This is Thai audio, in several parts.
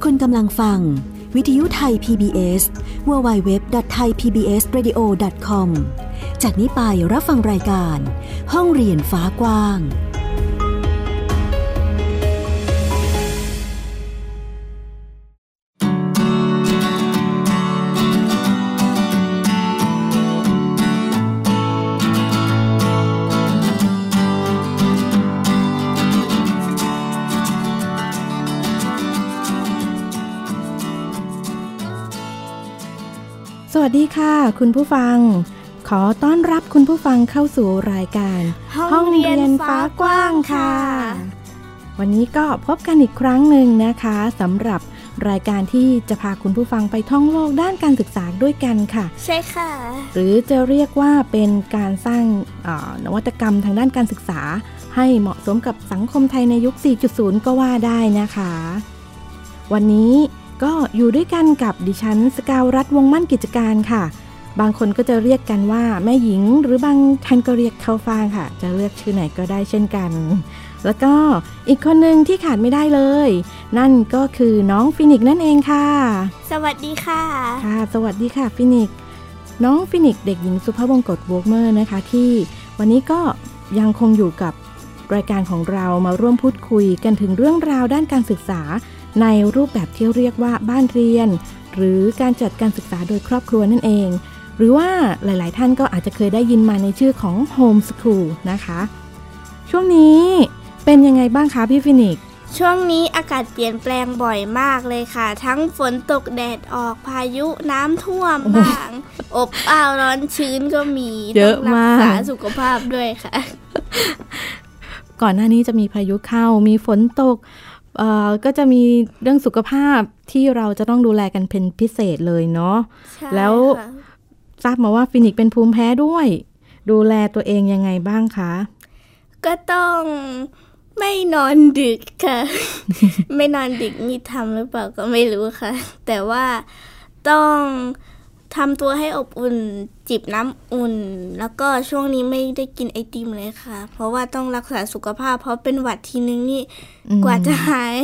คุณกำลังฟังวิทยุไทย PBS www.thaipbsradio.com จากนี้ไปรับฟังรายการห้องเรียนฟ้ากว้างสวัสดีค่ะคุณผู้ฟังขอต้อนรับคุณผู้ฟังเข้าสู่รายการห้องเรียนฟ้ากว้างค่ะวันนี้ก็พบกันอีกครั้งหนึ่งนะคะสำหรับรายการที่จะพาคุณผู้ฟังไปท่องโลกด้านการศึกษาด้วยกันค่ะใช่ค่ะหรือจะเรียกว่าเป็นการสร้างนวัตกรรมทางด้านการศึกษาให้เหมาะสมกับสังคมไทยในยุค 4.0 ก็ว่าได้นะคะวันนี้ก็อยู่ด้วยกันกับดิฉันสกาวรัตน์วงมั่นกิจการค่ะบางคนก็จะเรียกกันว่าแม่หญิงหรือบางท่านก็เรียกเข้าฟางค่ะจะเลือกชื่อไหนก็ได้เช่นกันแล้วก็อีกคนนึงที่ขาดไม่ได้เลยนั่นก็คือน้องฟินิกนั่นเองค่ะสวัสดีค่ะค่ะสวัสดีค่ะฟินิกน้องฟินิกเด็กหญิงสุภวงศ์กฎวอล์กเมอร์นะคะที่วันนี้ก็ยังคงอยู่กับรายการของเรามาร่วมพูดคุยกันถึงเรื่องราวด้านการศึกษาในรูปแบบที่เรียกว่าบ้านเรียนหรือการจัดการศึกษาโดยครอบครัวนั่นเองหรือว่าหลายๆท่านก็อาจจะเคยได้ยินมาในชื่อของโฮมสคูลนะคะช่วงนี้เป็นยังไงบ้างคะพี่ฟินิกช่วงนี้อากาศเปลี่ยนแปลงบ่อยมากเลยค่ะทั้งฝนตกแดดออกพายุน้ำท่วมบ้าง อบอ้าวร้อนชื้นก็มีเยอะมากต้องรักษาสุขภาพด้วยค่ะก่อนหน้านี้จะมีพายุเข้ามีฝนตกก็จะมีเรื่องสุขภาพที่เราจะต้องดูแลกันเป็นพิเศษเลยเนาะแล้วทราบมาว่าฟินิกเป็นภูมิแพ้ด้วยดูแลตัวเองยังไงบ้างคะก็ต้องไม่นอนดึกค่ะ ไม่นอนดึกนี่ทำหรือเปล่าก็ไม่รู้ค่ะแต่ว่าต้องทำตัวให้อบอุ่นจิบน้ำอุ่นแล้วก็ช่วงนี้ไม่ได้กินไอติมเลยค่ะเพราะว่าต้องรักษาสุขภาพเพราะเป็นหวัดทีนึงนี่กว่าจะหาย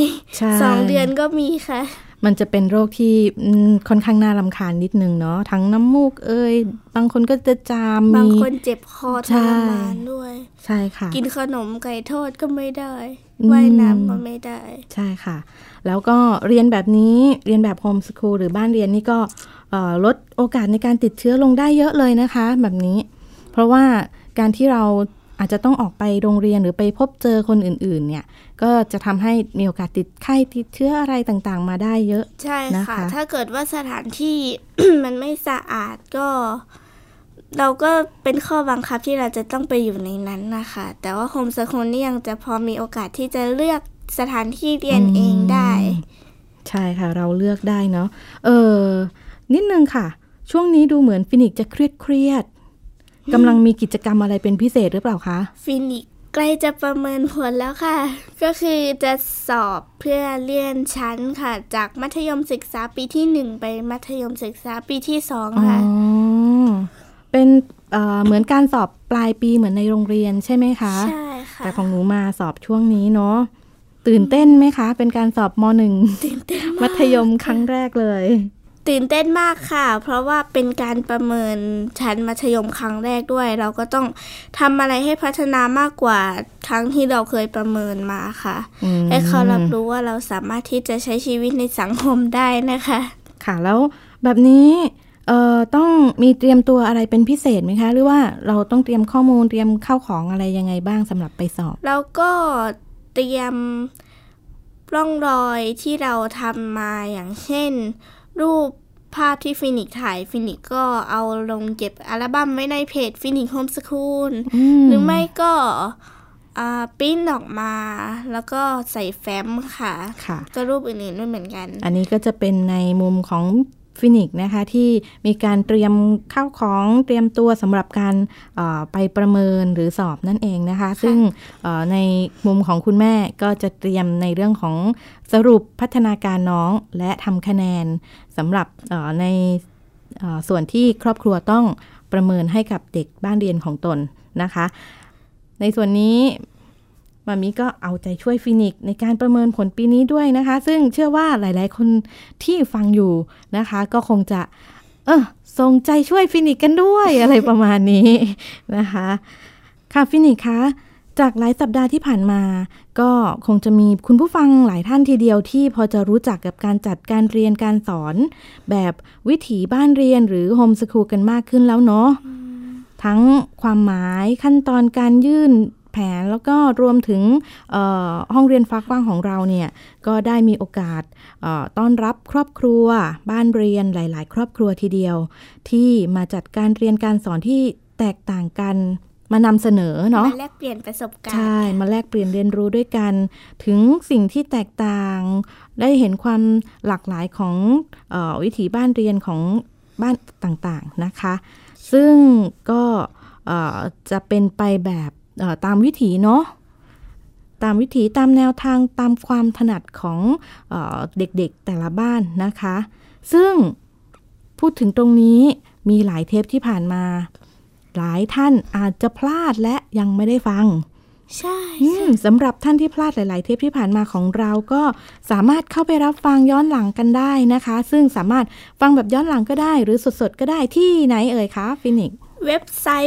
2 เดือนก็มีค่ะมันจะเป็นโรคที่ค่อนข้างน่ารำคาญนิดนึงเนาะทั้งน้ำมูกบางคนก็จะจามบางคนเจ็บคอทรมานด้วยใช่ค่ะกินขนมไก่ทอดก็ไม่ได้ว่ายน้ำก็ไม่ได้ใช่ค่ะแล้วก็เรียนแบบนี้เรียนแบบโฮมสคูลหรือบ้านเรียนนี่ก็ลดโอกาสในการติดเชื้อลงได้เยอะเลยนะคะแบบนี้เพราะว่าการที่เราอาจจะต้องออกไปโรงเรียนหรือไปพบเจอคนอื่นๆเนี่ยก็จะทำให้มีโอกาสติดไข้ติดเชื้ออะไรต่างๆมาได้เยอะใช่ค่ะถ้าเกิดว่าสถานที่ มันไม่สะอาดก็เราก็เป็นข้อบังคับที่เราจะต้องไปอยู่ในนั้นนะคะแต่ว่าโฮมสคูลนี่ยังจะพอมีโอกาสที่จะเลือกสถานที่เรียนเองได้ใช่ค่ะเราเลือกได้เนาะนิดนึงค่ะช่วงนี้ดูเหมือนฟินิกจะเครียดกำลังมีกิจกรรมอะไรเป็นพิเศษหรือเปล่าคะฟินิกใกล้จะประเมินผลแล้วค่ะก็คือจะสอบเพื่อเลื่อนชั้นค่ะจากมัธยมศึกษาปีที่1ไปมัธยมศึกษาปีที่2ค่ะเป็นเหมือนการสอบปลายปีเหมือนในโรงเรียนใช่ไหมคะใช่ค่ะแต่ของหนูมาสอบช่วงนี้เนาะตื่นเต้นไหมคะเป็นการสอบม.1 ตื่นเต้นมากมัธยมครั้งแรกเลยตื่นเต้นมากค่ะเพราะว่าเป็นการประเมินชั้นมัธยมครั้งแรกด้วยเราก็ต้องทำอะไรให้พัฒนามากกว่าครั้งที่เราเคยประเมินมาค่ะให้เขารับรู้ว่าเราสามารถที่จะใช้ชีวิตในสังคมได้นะคะค่ะแล้วแบบนี้ต้องมีเตรียมตัวอะไรเป็นพิเศษไหมคะหรือว่าเราต้องเตรียมข้อมูลเตรียมข้าวของอะไรยังไงบ้างสำหรับไปสอบเราก็เตรียมร่องรอยที่เราทำมาอย่างเช่นรูปภาพที่ฟินิกถ่ายฟินิกก็เอาลงเก็บอัลบั้มไว้ในเพจฟินิกโฮมสคูลหรือไม่ก็ปริ้นออกมาแล้วก็ใส่แฟ้มค่ะก็รูปอื่นๆด้วยเหมือนกันอันนี้ก็จะเป็นในมุมของฟินิกนะคะที่มีการเตรียมข้าวของเตรียมตัวสำหรับการไปประเมินหรือสอบนั่นเองนะคะซึ่งในมุมของคุณแม่ก็จะเตรียมในเรื่องของสรุปพัฒนาการน้องและทำคะแนนสำหรับในส่วนที่ครอบครัวต้องประเมินให้กับเด็กบ้านเรียนของตนนะคะในส่วนนี้มามิก็เอาใจช่วยฟินิกซ์ในการประเมินผลปีนี้ด้วยนะคะซึ่งเชื่อว่าหลายๆคนที่ฟังอยู่นะคะก็คงจะส่งใจช่วยฟินิกซ์กันด้วย อะไรประมาณนี้นะคะค่ะฟินิกซ์คะจากหลายสัปดาห์ที่ผ่านมาก็คงจะมีคุณผู้ฟังหลายท่านทีเดียวที่พอจะรู้จักกับการจัดการเรียนการสอนแบบวิถีบ้านเรียนหรือโฮมสคูลกันมากขึ้นแล้วเนาะทั้งความหมายขั้นตอนการยื่นแผนแล้วก็รวมถึงห้องเรียนฟ้ากว้างของเราเนี่ยก็ได้มีโอกาสต้อนรับครอบครัวบ้านเรียนหลายๆครอบครัวทีเดียวที่มาจัดการเรียนการสอนที่แตกต่างกันมานำเสนอเนาะมาแลกเปลี่ยนประสบการณ์ใช่มาแลกเปลี่ยนเรียนรู้ด้วยกันถึงสิ่งที่แตกต่างได้เห็นความหลากหลายของวิถีบ้านเรียนของบ้านต่างๆนะคะซึ่งก็จะเป็นไปแบบตามวิถีเนาะตามวิถีตามแนวทางตามความถนัดของเด็กๆแต่ละบ้านนะคะซึ่งพูดถึงตรงนี้มีหลายเทปที่ผ่านมาหลายท่านอาจจะพลาดและยังไม่ได้ฟังใช่สำหรับท่านที่พลาดหลายๆเทปที่ผ่านมาของเราก็สามารถเข้าไปรับฟังย้อนหลังกันได้นะคะซึ่งสามารถฟังแบบย้อนหลังก็ได้หรือสดๆก็ได้ที่ไหนเอ่ยคะฟินิกซ์เว็บไซต์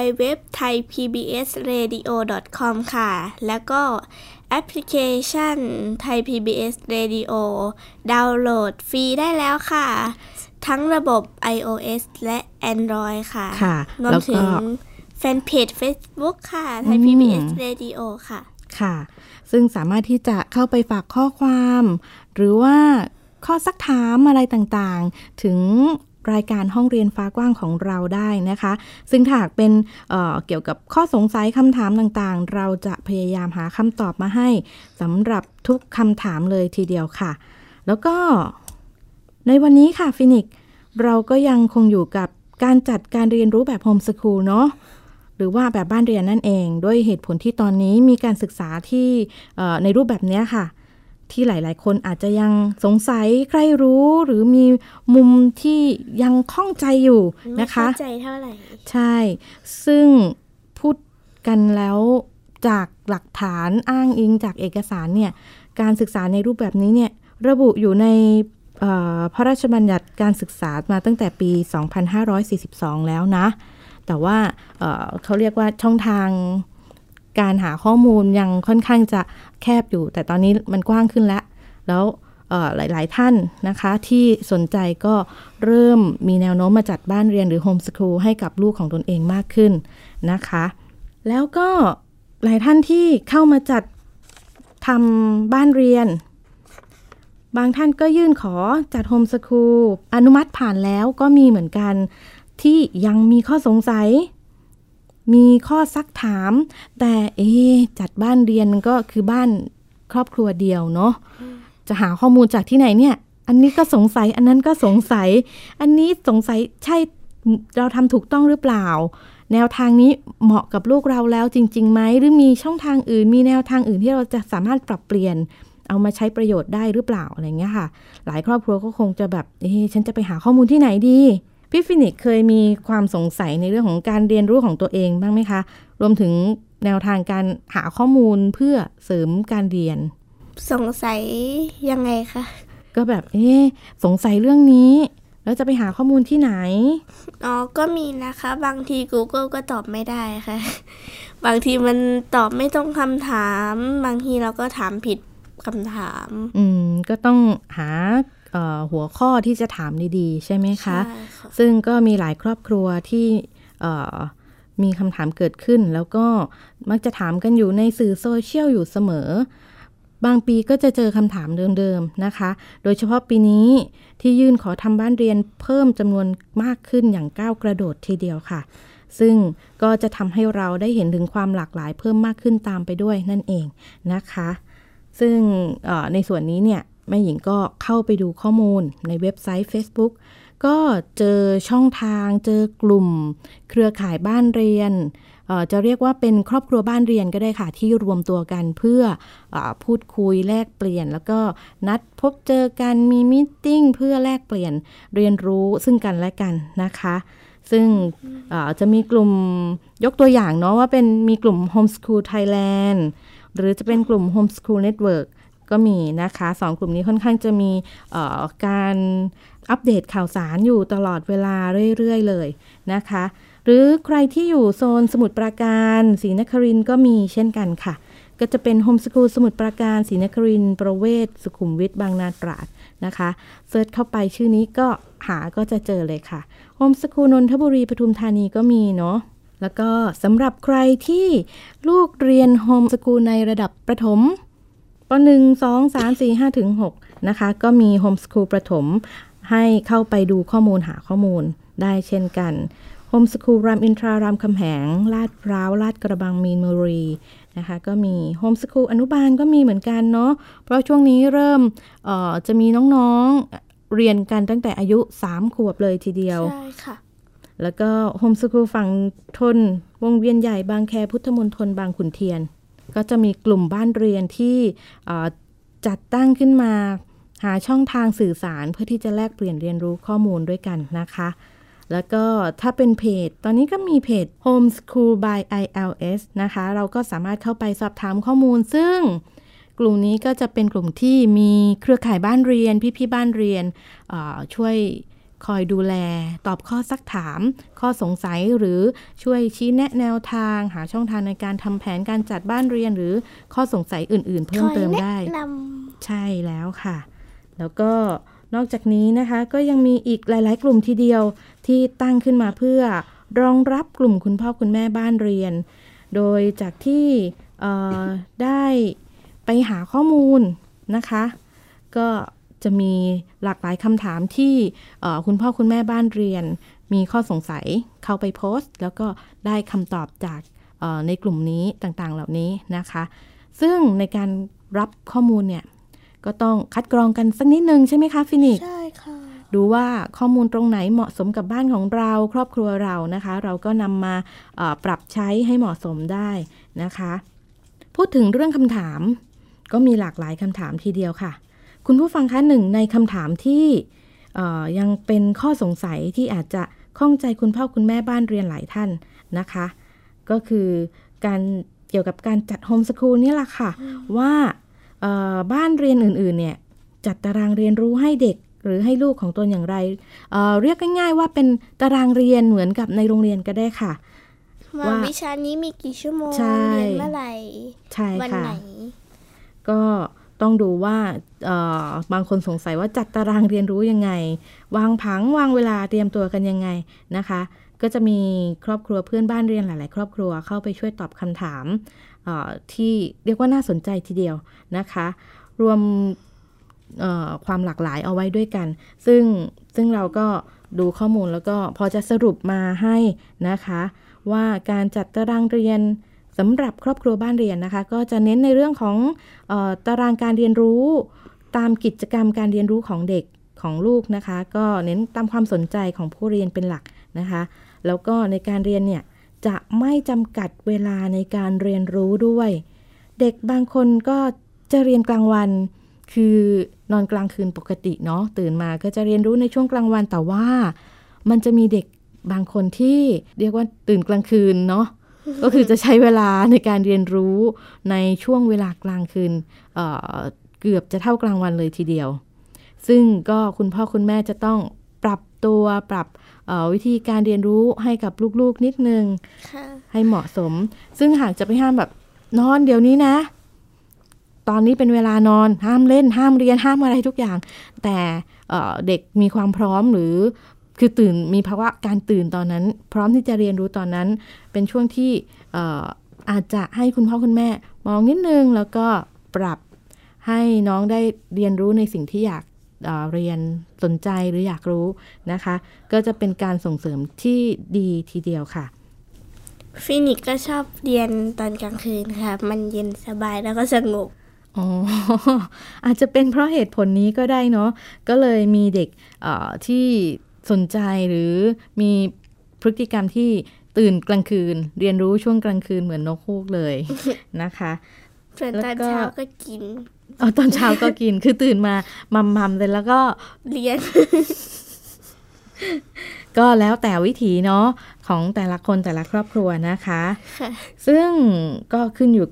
www.thaipbsradio.com ค่ะแล้วก็แอปพลิเคชัน Thai PBS Radio ดาวน์โหลดฟรีได้แล้วค่ะทั้งระบบ iOS และ Android ค่ะรวมถึงแฟนเพจ Facebook ค่ะ Thai PBS Radio ค่ะค่ะซึ่งสามารถที่จะเข้าไปฝากข้อความหรือว่าข้อซักถามอะไรต่างๆถึงรายการห้องเรียนฟ้ากว้างของเราได้นะคะซึ่งถ้าหากเป็นเกี่ยวกับข้อสงสัยคำถามต่างๆเราจะพยายามหาคำตอบมาให้สำหรับทุกคำถามเลยทีเดียวค่ะแล้วก็ในวันนี้ค่ะฟินิกซ์เราก็ยังคงอยู่กับการจัดการเรียนรู้แบบโฮมสคูลเนาะหรือว่าแบบบ้านเรียนนั่นเองด้วยเหตุผลที่ตอนนี้มีการศึกษาที่ในรูปแบบนี้ค่ะที่หลายๆคนอาจจะยังสงสัยใครรู้หรือมีมุมที่ยังข้องใจอยู่นะคะไม่เข้าใจเท่าไหร่ใช่ซึ่งพูดกันแล้วจากหลักฐานอ้างอิงจากเอกสารเนี่ยการศึกษาในรูปแบบนี้เนี่ยระบุอยู่ในพระราชบัญญัติการศึกษามาตั้งแต่ปี 2542 แล้วนะแต่ว่าเขาเรียกว่าช่องทางการหาข้อมูลยังค่อนข้างจะแคบอยู่แต่ตอนนี้มันกว้างขึ้นแล้วหลายๆท่านนะคะที่สนใจก็เริ่มมีแนวโน้มมาจัดบ้านเรียนหรือโฮมสคูลให้กับลูกของตนเองมากขึ้นนะคะแล้วก็หลายท่านที่เข้ามาจัดทำบ้านเรียนบางท่านก็ยื่นขอจัดโฮมสคูลอนุมัติผ่านแล้วก็มีเหมือนกันที่ยังมีข้อสงสัยมีข้อซักถามแต่จัดบ้านเรียนมันก็คือบ้านครอบครัวเดียวเนาะจะหาข้อมูลจากที่ไหนเนี่ยอันนี้ก็สงสัยอันนั้นก็สงสัยอันนี้สงสัยใช่เราทำถูกต้องหรือเปล่าแนวทางนี้เหมาะกับลูกเราแล้วจริงๆไหมหรือมีช่องทางอื่นมีแนวทางอื่นที่เราจะสามารถปรับเปลี่ยนเอามาใช้ประโยชน์ได้หรือเปล่าอะไรเงี้ยค่ะหลายครอบครัวก็คงจะแบบฉันจะไปหาข้อมูลที่ไหนดีพี่ฟินิกซ์เคยมีความสงสัยในเรื่องของการเรียนรู้ของตัวเองบ้างไหมคะรวมถึงแนวทางการหาข้อมูลเพื่อเสริมการเรียนสงสัยยังไงคะก็แบบสงสัยเรื่องนี้แล้วจะไปหาข้อมูลที่ไหนก็มีนะคะบางที Google ก็ตอบไม่ได้ค่ะบางทีมันตอบไม่ตรงคำถามบางทีเราก็ถามผิดคำถามก็ต้องหาหัวข้อที่จะถามดีๆใช่ไหมคะใช่ค่ะซึ่งก็มีหลายครอบครัวที่มีคำถามเกิดขึ้นแล้วก็มักจะถามกันอยู่ในสื่อโซเชียลอยู่เสมอบางปีก็จะเจอคำถามเดิมๆนะคะโดยเฉพาะปีนี้ที่ยื่นขอทำบ้านเรียนเพิ่มจำนวนมากขึ้นอย่างก้าวกระโดดทีเดียวค่ะซึ่งก็จะทำให้เราได้เห็นถึงความหลากหลายเพิ่มมากขึ้นตามไปด้วยนั่นเองนะคะซึ่งในส่วนนี้เนี่ยแม่หญิงก็เข้าไปดูข้อมูลในเว็บไซต์ Facebook ก็เจอช่องทางเจอกลุ่มเครือข่ายบ้านเรียนจะเรียกว่าเป็นครอบครัวบ้านเรียนก็ได้ค่ะที่รวมตัวกันเพื่อพูดคุยแลกเปลี่ยนแล้วก็นัดพบเจอกันมีมีตติ้งเพื่อแลกเปลี่ยนเรียนรู้ซึ่งกันและกันนะคะซึ่งจะมีกลุ่มยกตัวอย่างเนาะว่าเป็นมีกลุ่ม Homeschool Thailand หรือจะเป็นกลุ่ม Homeschool Network ก็มีนะคะ2กลุ่มนี้ค่อนข้างจะมีการอัปเดตข่าวสารอยู่ตลอดเวลาเรื่อยๆเลยนะคะหรือใครที่อยู่โซนสมุทรปราการศรีนครินทร์ก็มีเช่นกันค่ะก็จะเป็น Homeschool สมุทรปราการศรีนครินทร์ประเวศสุขุมวิทบางนาตราดนะคะเซิร์ชเข้าไปชื่อนี้ก็จะเจอเลยค่ะ Homeschool นนทบุรีปทุมธานีก็มีเนาะแล้วก็สำหรับใครที่ลูกเรียน Homeschool ในระดับประถมป.1 2 3 4 5ถึง6นะคะก็มี Homeschool ประถมให้เข้าไปดูข้อมูลหาข้อมูลได้เช่นกัน Homeschool รามอินทรารามคำแหงลาดพร้าวลาดกระบังมีนบุรีนะคะก็มี Homeschool อนุบาลก็มีเหมือนกันเนาะเพราะช่วงนี้เริ่มจะมีน้องๆเรียนกันตั้งแต่อายุ3ขวบเลยทีเดียวใช่ค่ะแล้วก็ Homeschool ฝั่งทนวงเวียนใหญ่บางแคพุทธมณฑลบางขุนเทียนก็จะมีกลุ่มบ้านเรียนที่จัดตั้งขึ้นมาหาช่องทางสื่อสารเพื่อที่จะแลกเปลี่ยนเรียนรู้ข้อมูลด้วยกันนะคะแล้วก็ถ้าเป็นเพจตอนนี้ก็มีเพจ Homeschool by ILS นะคะเราก็สามารถเข้าไปสอบถามข้อมูลซึ่งกลุ่มนี้ก็จะเป็นกลุ่มที่มีเครือข่ายบ้านเรียนพี่ๆบ้านเรียนช่วยคอยดูแลตอบข้อซักถามข้อสงสัยหรือช่วยชี้แนะแนวทางหาช่องทางในการทำแผนการจัดบ้านเรียนหรือข้อสงสัยอื่นๆเพิ่มเติมได้ใช่แล้วค่ะแล้วก็นอกจากนี้นะคะก็ยังมีอีกหลายๆกลุ่มทีเดียวที่ตั้งขึ้นมาเพื่อรองรับกลุ่มคุณพ่อคุณแม่บ้านเรียนโดยจากที่ได้ไปหาข้อมูลนะคะก็จะมีหลากหลายคำถามที่คุณพ่อคุณแม่บ้านเรียนมีข้อสงสัยเข้าไปโพสต์แล้วก็ได้คำตอบจากในกลุ่มนี้ต่างๆเหล่านี้นะคะซึ่งในการรับข้อมูลเนี่ยก็ต้องคัดกรองกันสักนิดนึงใช่ไหมคะฟินิกซ์ใช่ค่ะดูว่าข้อมูลตรงไหนเหมาะสมกับบ้านของเราครอบครัวเรานะคะเราก็นำมาปรับใช้ให้เหมาะสมได้นะคะพูดถึงเรื่องคำถามก็มีหลากหลายคำถามทีเดียวค่ะคุณผู้ฟังคะหนึ่งในคำถามที่ยังเป็นข้อสงสัยที่อาจจะข้องใจคุณพ่อคุณแม่บ้านเรียนหลายท่านนะคะก็คือการเกี่ยวกับการจัดโฮมสคูลนี่แหละค่ะว่าบ้านเรียนอื่นๆเนี่ยจัดตารางเรียนรู้ให้เด็กหรือให้ลูกของตนอย่างไรเรียกง่ายๆว่าเป็นตารางเรียนเหมือนกับในโรงเรียนก็ได้ค่ะว่าวิชานี้มีกี่ชั่วโมงเรียนเมื่อไหร่วันไหนก็ต้องดูว่าบางคนสงสัยว่าจัดตารางเรียนรู้ยังไงวางผังวางเวลาเตรียมตัวกันยังไงนะคะก็จะมีครอบครัวเพื่อนบ้านเรียนหลายๆครอบครัวเข้าไปช่วยตอบคำถามที่เรียกว่าน่าสนใจทีเดียวนะคะรวมความหลากหลายเอาไว้ด้วยกันซึ่งเราก็ดูข้อมูลแล้วก็พอจะสรุปมาให้นะคะว่าการจัดตารางเรียนสำหรับครอบครัวบ้านเรียนนะคะก็จะเน้นในเรื่องของตารางการเรียนรู้ตามกิจกรรมการเรียนรู้ของเด็กของลูกนะคะก็เน้นตามความสนใจของผู้เรียนเป็นหลักนะคะแล้วก็ในการเรียนเนี่ยจะไม่จำกัดเวลาในการเรียนรู้ด้วยเด็กบางคนก็จะเรียนกลางวันคือนอนกลางคืนปกติเนาะตื่นมาก็จะเรียนรู้ในช่วงกลางวันแต่ว่ามันจะมีเด็กบางคนที่เรียกว่าตื่นกลางคืนเนาะก็คือจะใช้เวลาในการเรียนรู้ในช่วงเวลากลางคืนเกือบจะเท่ากลางวันเลยทีเดียวซึ่งก็คุณพ่อคุณแม่จะต้องปรับตัวปรับวิธีการเรียนรู้ให้กับลูกๆนิดนึงให้เหมาะสมซึ่งหากจะไปห้ามแบบนอนเดี๋ยวนี้นะตอนนี้เป็นเวลานอนห้ามเล่นห้ามเรียนห้ามอะไรทุกอย่างแต่เด็กมีความพร้อมหรือคือตื่นมีภาวะการตื่นตอนนั้นพร้อมที่จะเรียนรู้ตอนนั้นเป็นช่วงที่อาจจะให้คุณพ่อคุณแม่มองนิดนึงแล้วก็ปรับให้น้องได้เรียนรู้ในสิ่งที่อยากเรียนสนใจหรืออยากรู้นะคะก็จะเป็นการส่งเสริมที่ดีทีเดียวค่ะฟินิกก็ชอบเรียนตอนกลางคืนค่ะมันเย็นสบายแล้วก็สงบอาจจะเป็นเพราะเหตุผลนี้ก็ได้เนาะก็เลยมีเด็กที่สนใจหรือมีพฤติกรรมที่ตื่นกลางคืนเรียนรู้ช่วงกลางคืนเหมือนนกฮูกเลยนะคะส่วนตอนเช้าก็กินตอนเช้าก็กินคือตื่นมามัมๆเลยแล้วก็เรียนก็แล้วแต่วิถีเนาะของแต่ละคนแต่ละครอบครัวนะคะซึ่งก็ขึ้นอยู่กับ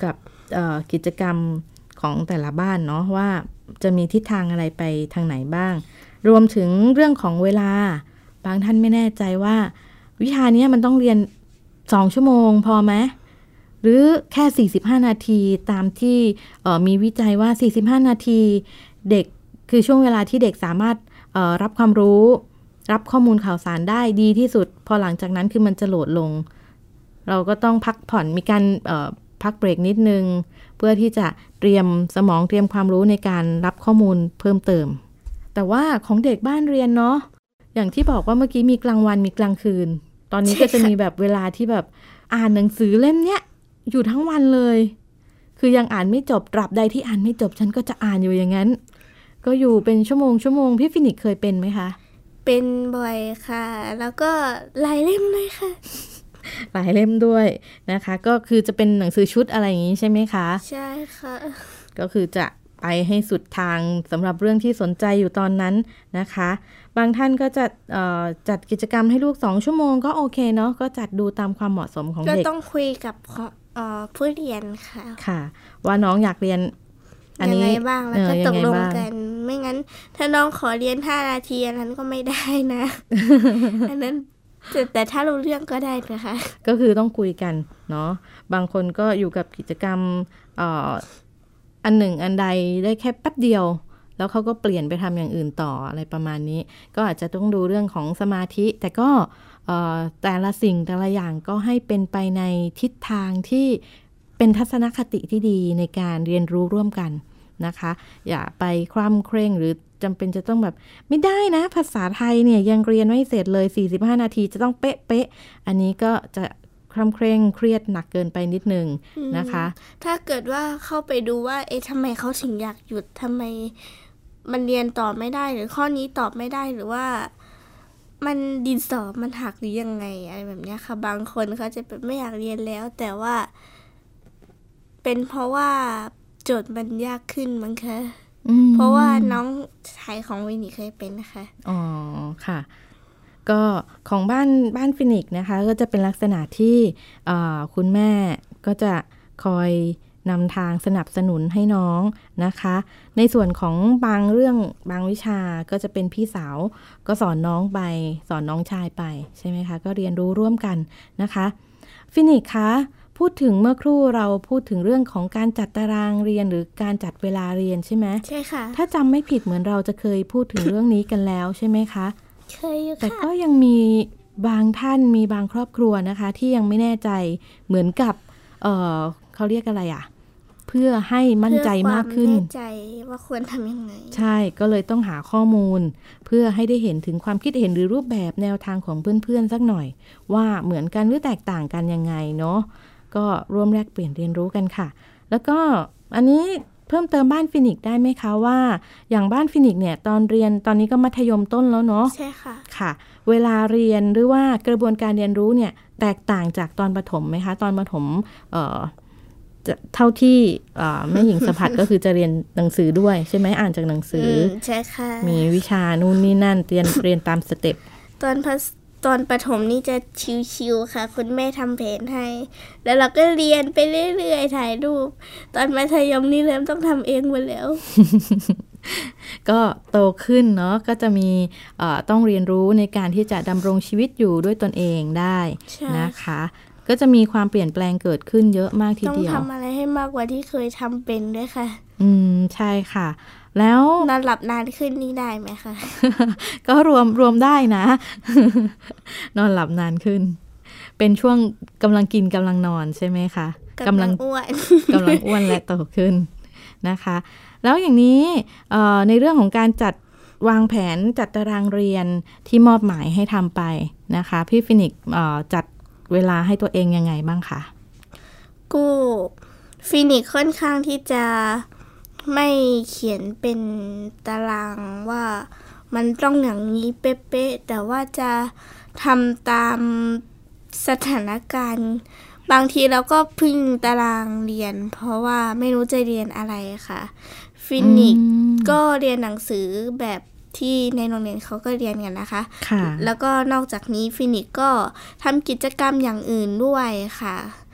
กิจกรรมของแต่ละบ้านเนาะว่าจะมีทิศทางอะไรไปทางไหนบ้างรวมถึงเรื่องของเวลาบางท่านไม่แน่ใจว่าวิชานี้มันต้องเรียน2 ชั่วโมงพอไหมหรือแค่45นาทีตามที่มีวิจัยว่า45นาทีเด็กคือช่วงเวลาที่เด็กสามารถรับความรู้รับข้อมูลข่าวสารได้ดีที่สุดพอหลังจากนั้นคือมันจะโหลดลงเราก็ต้องพักผ่อนมีการพักเบรกนิดนึงเพื่อที่จะเตรียมสมองเตรียมความรู้ในการรับข้อมูลเพิ่มเติมแต่ว่าของเด็กบ้านเรียนเนาะอย่างที่บอกว่าเมื่อกี้มีกลางวันมีกลางคืนตอนนี้ก็จะมีแบบเวลาที่แบบอ่านหนังสือเล่มเนี้ยอยู่ทั้งวันเลยคือยังอ่านไม่จบตราบใดที่อ่านไม่จบฉันก็จะอ่านอยู่อย่างนั้นก็อยู่เป็นชั่วโมงพี่ฟินิกเคยเป็นไหมคะเป็นบ่อยค่ะแล้วก็หลายเล่มเลยค่ะหลายเล่มด้วยนะคะก็คือจะเป็นหนังสือชุดอะไรอย่างนี้ใช่ไหมคะใช่ค่ะก็คือจะไปให้สุดทางสำหรับเรื่องที่สนใจอยู่ตอนนั้นนะคะบางท่านก็จะจัดกิจกรรมให้ลูก2 ชั่วโมงก็โอเคเนาะก็จัดดูตามความเหมาะสมของเด็กก็ต้องคุยกับผู้เรียนค่ะค่ะว่าน้องอยากเรียนอันนี้ยังไงบ้างแล้วก็ตกลงกันไม่งั้นถ้าน้องขอเรียน5 นาทีอันนั้นก็ไม่ได้นะ อันนั้นแต่ถ้ารู้เรื่องก็ได้นะคะก็คือต้องคุยกันเนาะบางคนก็อยู่กับกิจกรรมอันหนึ่งอันใดได้แค่แป๊บเดียวแล้วเขาก็เปลี่ยนไปทำอย่างอื่นต่ออะไรประมาณนี้ก็อาจจะต้องดูเรื่องของสมาธิแต่ก็แต่ละสิ่งแต่ละอย่างก็ให้เป็นไปในทิศทางที่เป็นทัศนคติที่ดีในการเรียนรู้ร่วมกันนะคะอย่าไปคร่ำเคร่งหรือจำเป็นจะต้องแบบไม่ได้นะภาษาไทยเนี่ยยังเรียนไม่เสร็จเลย45นาทีจะต้องเป๊ะๆอันนี้ก็จะคร่ำเคร่งเครียดหนักเกินไปนิดนึงนะคะถ้าเกิดว่าเข้าไปดูว่าทำไมเขาถึงอยากหยุดทำไมมันเรียนต่อไม่ได้หรือข้อนี้ตอบไม่ได้หรือว่ามันดินสอมันหักหรือยังไงอะไรแบบนี้ค่ะบางคนเขาจะแบบไม่อยากเรียนแล้วแต่ว่าเป็นเพราะว่าโจทย์มันยากขึ้นมั้งคะเพราะว่าน้องชายของวินิเคยเป็นนะคะอ๋อค่ะก็ของบ้านฟินิกนะคะก็จะเป็นลักษณะที่คุณแม่ก็จะคอยนำทางสนับสนุนให้น้องนะคะในส่วนของบางเรื่องบางวิชาก็จะเป็นพี่สาวก็สอนน้องไปสอนน้องชายไปใช่ไหมคะก็เรียนรู้ร่วมกันนะคะฟินิกคะพูดถึงเมื่อครู่เราพูดถึงเรื่องของการจัดตารางเรียนหรือการจัดเวลาเรียนใช่ไหมใช่ค่ะถ้าจำไม่ผิดเหมือนเราจะเคยพูดถึงเรื่องนี้กันแล้วใช่ไหมคะเคยอยู่ค่ะแต่ก็ยังมีบางท่านมีบางครอบครัวนะคะที่ยังไม่แน่ใจเหมือนกับเขาเรียกอะไรอ่ะเพื่อให้มั่นใจมากขึ้นแน่ใจว่าควรทำยังไงใช่ก็เลยต้องหาข้อมูลเพื่อให้ได้เห็นถึงความคิดเห็นหรือรูปแบบแนวทางของเพื่อนๆสักหน่อยว่าเหมือนกันหรือแตกต่างกันยังไงเนาะก็ร่วมแลกเปลี่ยนเรียนรู้กันค่ะแล้วก็อันนี้เพิ่มเติมบ้านฟินิกได้ไหมคะว่าอย่างบ้านฟินิกเนี่ยตอนเรียนตอนนี้ก็มัธยมต้นแล้วเนาะใช่ค่ะค่ะเวลาเรียนหรือว่ากระบวนการเรียนรู้เนี่ยแตกต่างจากตอนประถมไหมคะตอนประถมเท่าที่แม่หญิงสะพัดก็คือจะเรียนหนังสือด้วยใช่ไหมอ่านจากหนังสือใช่ค่ะมีวิชานู่นนี่นั่นเรียนตามสเต็ปตอนประถมนี่จะชิวๆค่ะคุณแม่ทำแผนให้แล้วเราก็เรียนไปเรื่อยๆถ่ายรูปตอนมัธยมนี่เริ่มต้องทำเองหมดแล้วก็โตขึ้นเนาะก็จะมีต้องเรียนรู้ในการที่จะดำรงชีวิตอยู่ด้วยตนเองได้นะคะก็จะมีความเปลี่ยนแปลงเกิดขึ้นเยอะมากทีเดียวต้องทำอะไรให้มากกว่าที่เคยทำเป็นด้วยค่ะใช่ค่ะแล้วนอนหลับนานขึ้นนี่ได้ไหมคะก็รวมได้นะ นอนหลับนานขึ้นเป็นช่วงกำลังกินกำลังนอนใช่ไหมคะกำลังอ้วนกำลังอ้วนและโตขึ้นนะคะแล้วอย่างนี้ในเรื่องของการจัดวางแผนจัดตารางเรียนที่มอบหมายให้ทำไปนะคะพี่ฟินิกจัดเวลาให้ตัวเองยังไงบ้างคะกูฟินิกค่อนข้างที่จะไม่เขียนเป็นตารางว่ามันต้องอย่างนี้เป๊ะๆแต่ว่าจะทำตามสถานการณ์บางทีเราก็พึ่งตารางเรียนเพราะว่าไม่รู้จะเรียนอะไรค่ะฟินิกก็เรียนหนังสือแบบที่ในโรงเรียนเขาก็เรียนกันนะคะแล้วก็นอกจากนี้ฟินิกก็ทำกิจกรรมอย่างอื่นด้วยค่ะ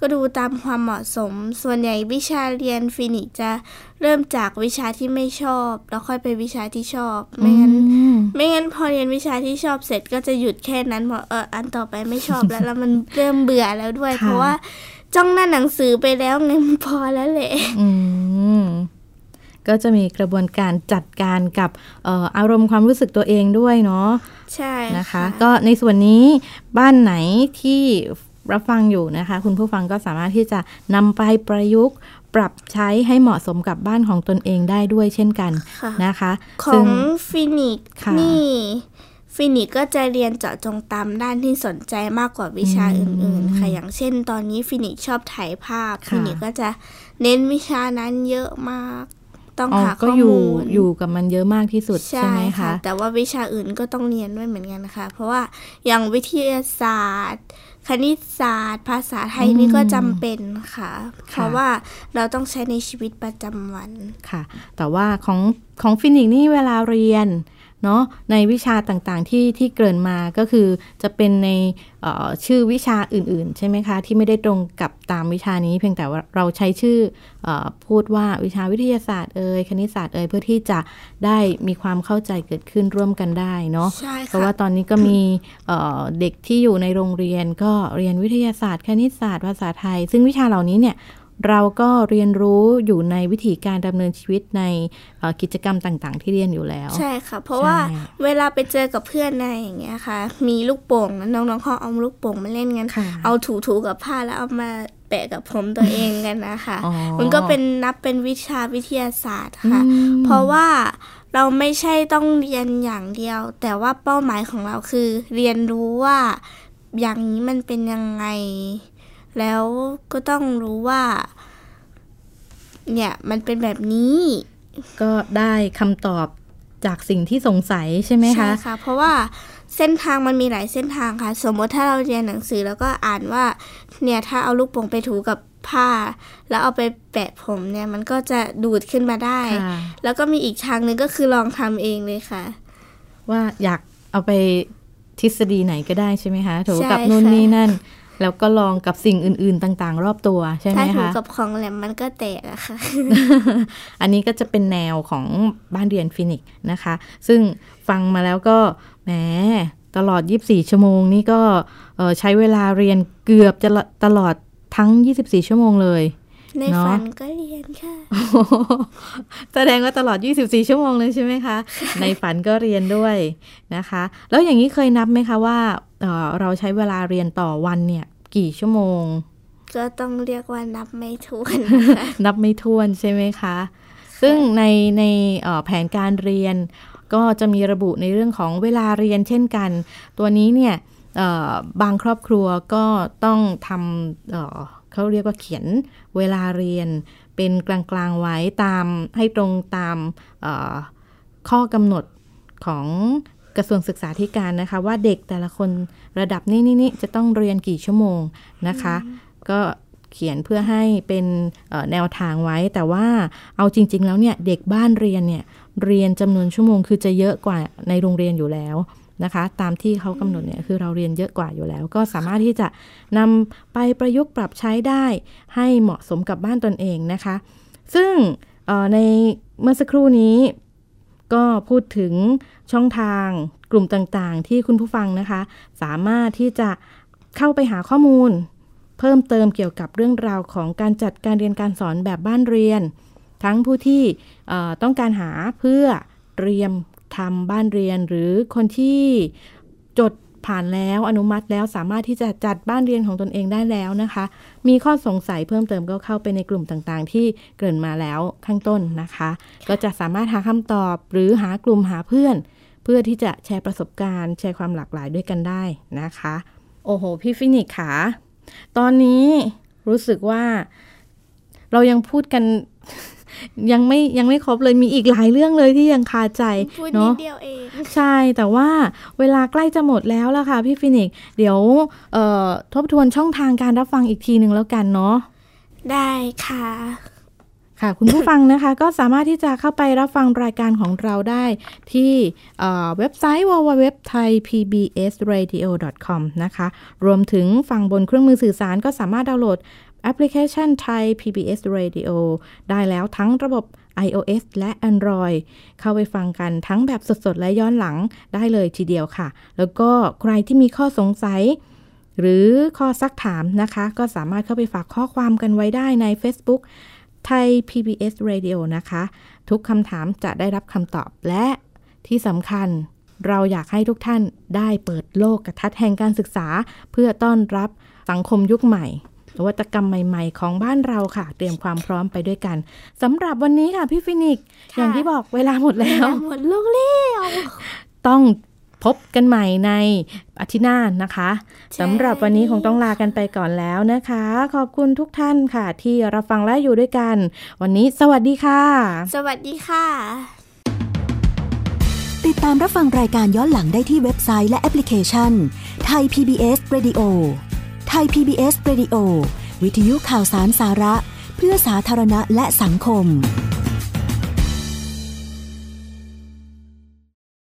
ก็ดูตามความเหมาะสมส่วนใหญ่วิชาเรียนฟินิกส์จะเริ่มจากวิชาที่ไม่ชอบแล้วค่อยไปวิชาที่ชอบไม่งั้นพอเรียนวิชาที่ชอบเสร็จก็จะหยุดแค่นั้นพออันต่อไปไม่ชอบแล้วมันเริ่มเบื่อแล้วด้วย เพราะว่าจ้องหน้าหนังสือไปแล้วไงมันพอแล้วแหละก็จะมีกระบวนการจัดการกับอารมณ์ความรู้สึกตัวเองด้วยเนาะใช่นะคะก็ในส่วนนี้บ้านไหนที่รับฟังอยู่นะคะคุณผู้ฟังก็สามารถที่จะนำไปประยุกต์ปรับใช้ให้เหมาะสมกับบ้านของตนเองได้ด้วยเช่นกันนะคะของฟินิกส์นี่ฟินิกส์ก็จะเรียนเจาะจงตามด้านที่สนใจมากกว่าวิชาอื่นๆค่ะอย่างเช่นตอนนี้ฟินิกส์ชอบถ่ายภาพฟินิกส์ก็จะเน้นวิชานั้นเยอะมากต้องหาข้อมูลอยู่กับมันเยอะมากที่สุดใช่ไหมคะแต่ว่าวิชาอื่นก็ต้องเรียนด้วยเหมือนกันนะคะเพราะว่าอย่างวิทยาศาสตร์คณิตศาสตร์ภาษาไทยนี่ก็จำเป็นค่ะเพราะว่าเราต้องใช้ในชีวิตประจำวันค่ะแต่ว่าของฟินิกส์นี่เวลาเรียนเนาะในวิชาต่างๆที่เกริ่นมาก็คือจะเป็นในชื่อวิชาอื่นๆใช่ไหมคะที่ไม่ได้ตรงกับตามวิชานี้เพียงแต่ว่าเราใช้ชื่อพูดว่าวิชาวิทยาศาสตร์คณิตศาสตร์เพื่อที่จะได้มีความเข้าใจเกิดขึ้นร่วมกันได้เนาะเพราะว่าตอนนี้ก็มีเด็กที่อยู่ในโรงเรียนก็เรียนวิทยาศาสตร์คณิตศาสตร์ภาษาไทยซึ่งวิชาเหล่านี้เนี่ยเราก็เรียนรู้อยู่ในวิธีการดำเนินชีวิตในกิจกรรมต่างๆที่เรียนอยู่แล้วใช่ค่ะเพราะว่าเวลาไปเจอกับเพื่อนในอย่างเงี้ยค่ะมีลูกโป่งน้องๆเขาเอาลูกโป่งมาเล่นกันเอาถูๆกับผ้าแล้วเอามาแปะกับผมตัวเองกันนะคะมันก็นับเป็นวิชาวิทยาศาสตร์ค่ะเพราะว่าเราไม่ใช่ต้องเรียนอย่างเดียวแต่ว่าเป้าหมายของเราคือเรียนรู้ว่าอย่างนี้มันเป็นยังไงแล้วก็ต้องรู้ว่าเนี่ยมันเป็นแบบนี้ก็ได้คำตอบจากสิ่งที่สงสัยใช่ไหมคะใช่ค่ะเพราะว่าเส้นทางมันมีหลายเส้นทางค่ะสมมติถ้าเราเรียนหนังสือแล้วก็อ่านว่าเนี่ยถ้าเอาลูกโป่งไปถูกับผ้าแล้วเอาไปแปะผมเนี่ยมันก็จะดูดขึ้นมาได้แล้วก็มีอีกทางนึงก็คือลองทำเองเลยค่ะว่าอยากเอาไปทฤษฎีไหนก็ได้ใช่ไหมคะถูกับนู่นนี่นั่นแล้วก็ลองกับสิ่งอื่นๆต่างๆรอบตัวใช่ไหมคะถ้าถูกับของแหลมมันก็แตกอะค่ะอันนี้ก็จะเป็นแนวของบ้านเรียนฟินิกส์นะคะซึ่งฟังมาแล้วก็แหมตลอด24ชั่วโมงนี่ก็ใช้เวลาเรียนเกือบจะตลอดทั้ง24ชั่วโมงเลยในฝันก็เรียนค่ะแสดงว่าตลอด24ชั่วโมงเลยใช่ไหมคะในฝันก็เรียนด้วยนะคะแล้วอย่างนี้เคยนับไหมคะว่าเราใช้เวลาเรียนต่อวันเนี่ยกี่ชั่วโมงก็ต้องเรียกว่านับไม่ถ้วนนับไม่ถ้วนใช่ไหมคะซึ่งในแผนการเรียนก็จะมีระบุในเรื่องของเวลาเรียนเช่นกันตัวนี้เนี่ยบางครอบครัวก็ต้องทำเขาเรียกว่าเขียนเวลาเรียนเป็นกลางๆไว้ตามให้ตรงตามข้อกำหนดของกระทรวงศึกษาธิการนะคะว่าเด็กแต่ละคนระดับนี้จะต้องเรียนกี่ชั่วโมงนะคะก็เขียนเพื่อให้เป็นแนวทางไว้แต่ว่าเอาจริงๆแล้วเนี่ยเด็กบ้านเรียนเนี่ยเรียนจำนวนชั่วโมงคือจะเยอะกว่าในโรงเรียนอยู่แล้วนะคะตามที่เขากำหนดเนี่ยคือเราเรียนเยอะกว่าอยู่แล้วก็สามารถที่จะนำไปประยุกต์ปรับใช้ได้ให้เหมาะสมกับบ้านตนเองนะคะซึ่งในเมื่อสักครู่นี้ก็พูดถึงช่องทางกลุ่มต่างๆที่คุณผู้ฟังนะคะสามารถที่จะเข้าไปหาข้อมูลเพิ่มเติมเกี่ยวกับเรื่องราวของการจัดการเรียนการสอนแบบบ้านเรียนทั้งผู้ที่ต้องการหาเพื่อเตรียมทำบ้านเรียนหรือคนที่จดผ่านแล้วอนุมัติแล้วสามารถที่จะจัดบ้านเรียนของตนเองได้แล้วนะคะมีข้อสงสัยเพิ่มเติมก็เข้าไปในกลุ่มต่างๆที่เกริ่นมาแล้วข้างต้นนะคะก็จะสามารถหาคำตอบหรือหากลุ่มหาเพื่อนเพื่อที่จะแชร์ประสบการณ์แชร์ความหลากหลายด้วยกันได้นะคะโอ้โหพี่ฟินิกส์ค่ะตอนนี้รู้สึกว่าเรายังพูดกันยังไม่ครบเลยมีอีกหลายเรื่องเลยที่ยังคาใจเนาะพูดนิดเดียวเองใช่แต่ว่าเวลาใกล้จะหมดแล้วล่ะค่ะพี่ฟินิกส์เดี๋ยวทบทวนช่องทางการรับฟังอีกทีนึงแล้วกันเนาะได้ค่ะค่ะคุณผู้ฟังนะคะก็สามารถที่จะเข้าไปรับฟังรายการของเราได้ที่เว็บไซต์ www.thaipbsradio.com นะคะรวมถึงฟังบนเครื่องมือสื่อสารก็สามารถดาวน์โหลดแอปพลิเคชัน Thai PBS Radio ได้แล้วทั้งระบบ iOS และ Android เข้าไปฟังกันทั้งแบบสดๆและย้อนหลังได้เลยทีเดียวค่ะแล้วก็ใครที่มีข้อสงสัยหรือข้อซักถามนะคะก็สามารถเข้าไปฝากข้อความกันไว้ได้ใน Facebook Thai PBS Radio นะคะทุกคำถามจะได้รับคำตอบและที่สำคัญเราอยากให้ทุกท่านได้เปิดโลกทัศน์แห่งการศึกษาเพื่อต้อนรับสังคมยุคใหม่นวัตกรรมใหม่ๆของบ้านเราค่ะเตรียมความพร้อมไปด้วยกันสำหรับวันนี้ค่ะพี่ฟินิกซ์อย่างที่บอกเวลาหมดแล้วหมดลูกเลี้ยวต้องพบกันใหม่ในอาทิตย์หน้านะคะสำหรับวันนี้คงต้องลากันไปก่อนแล้วนะคะขอบคุณทุกท่านค่ะที่รับฟังและอยู่ด้วยกันวันนี้สวัสดีค่ะสวัสดีค่ะติดตามรับฟังรายการย้อนหลังได้ที่เว็บไซต์และแอปพลิเคชัน Thai PBS Radio Thai PBS Radio วิทยุข่าวสารสาระเพื่อสาธารณะและสังคม